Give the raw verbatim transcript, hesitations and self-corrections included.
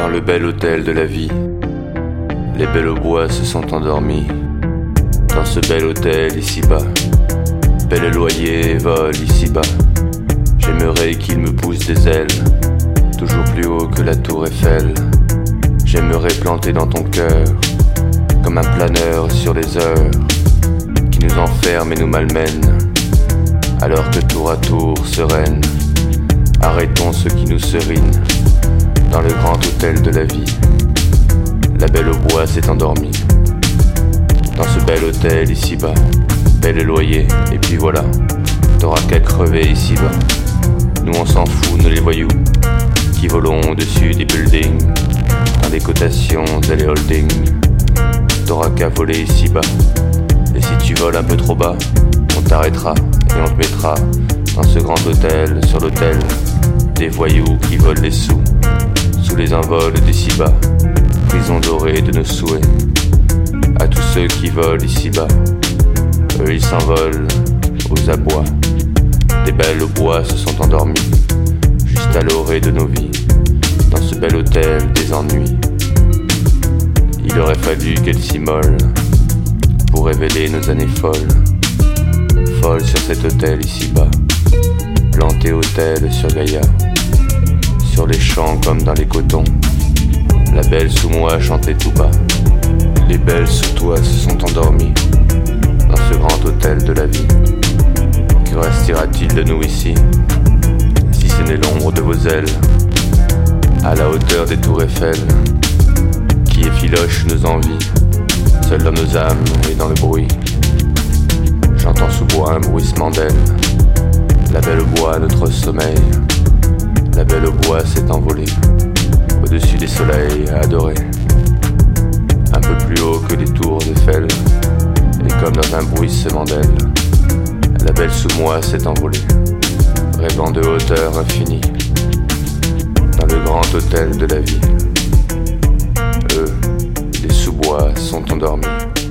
Dans le bel hôtel de la vie, les belles au bois se sont endormis. Dans ce bel hôtel ici-bas, bel loyer vole ici-bas. J'aimerais qu'il me pousse des ailes, toujours plus haut que la tour Eiffel. J'aimerais planter dans ton cœur, comme un planeur sur les heures, qui nous enferme et nous malmène, alors que tour à tour sereine, arrêtons ce qui nous serine. Dans le grand hôtel de la vie, la belle au bois s'est endormie. Dans ce bel hôtel ici-bas, bel loyer, et puis voilà, t'auras qu'à crever ici-bas. Nous on s'en fout, nous les voyous, qui volons au-dessus des buildings, dans des cotations et les holdings. T'auras qu'à voler ici-bas, et si tu voles un peu trop bas, on t'arrêtera et on te mettra dans ce grand hôtel, sur l'hôtel des voyous qui volent les sous, sous les envols d'ici-bas, prison dorée de nos souhaits. À tous ceux qui volent ici-bas, eux ils s'envolent aux abois. Des belles au bois se sont endormies, juste à l'orée de nos vies, dans ce bel hôtel des ennuis. Il aurait fallu qu'elles s'immolent pour révéler nos années folles, folles sur cet hôtel ici-bas, planté hôtel sur Gaïa, sur les champs comme dans les cotons. La belle sous moi chantait tout bas, les belles sous toi se sont endormies, dans ce grand hôtel de la vie. Que restera-t-il de nous ici, si ce n'est l'ombre de vos ailes, à la hauteur des tours Eiffel, qui effiloche nos envies, seul dans nos âmes et dans le bruit. J'entends sous bois un bruissement d'ailes, la belle au bois notre sommeil. La belle au bois s'est envolée, au-dessus des soleils à adorer, un peu plus haut que les tours Eiffel, et comme dans un bruissement d'ailes, la belle sous moi s'est envolée, rêvant de hauteur infinie, dans le grand hôtel de la vie. Eux, les sous-bois sont endormis.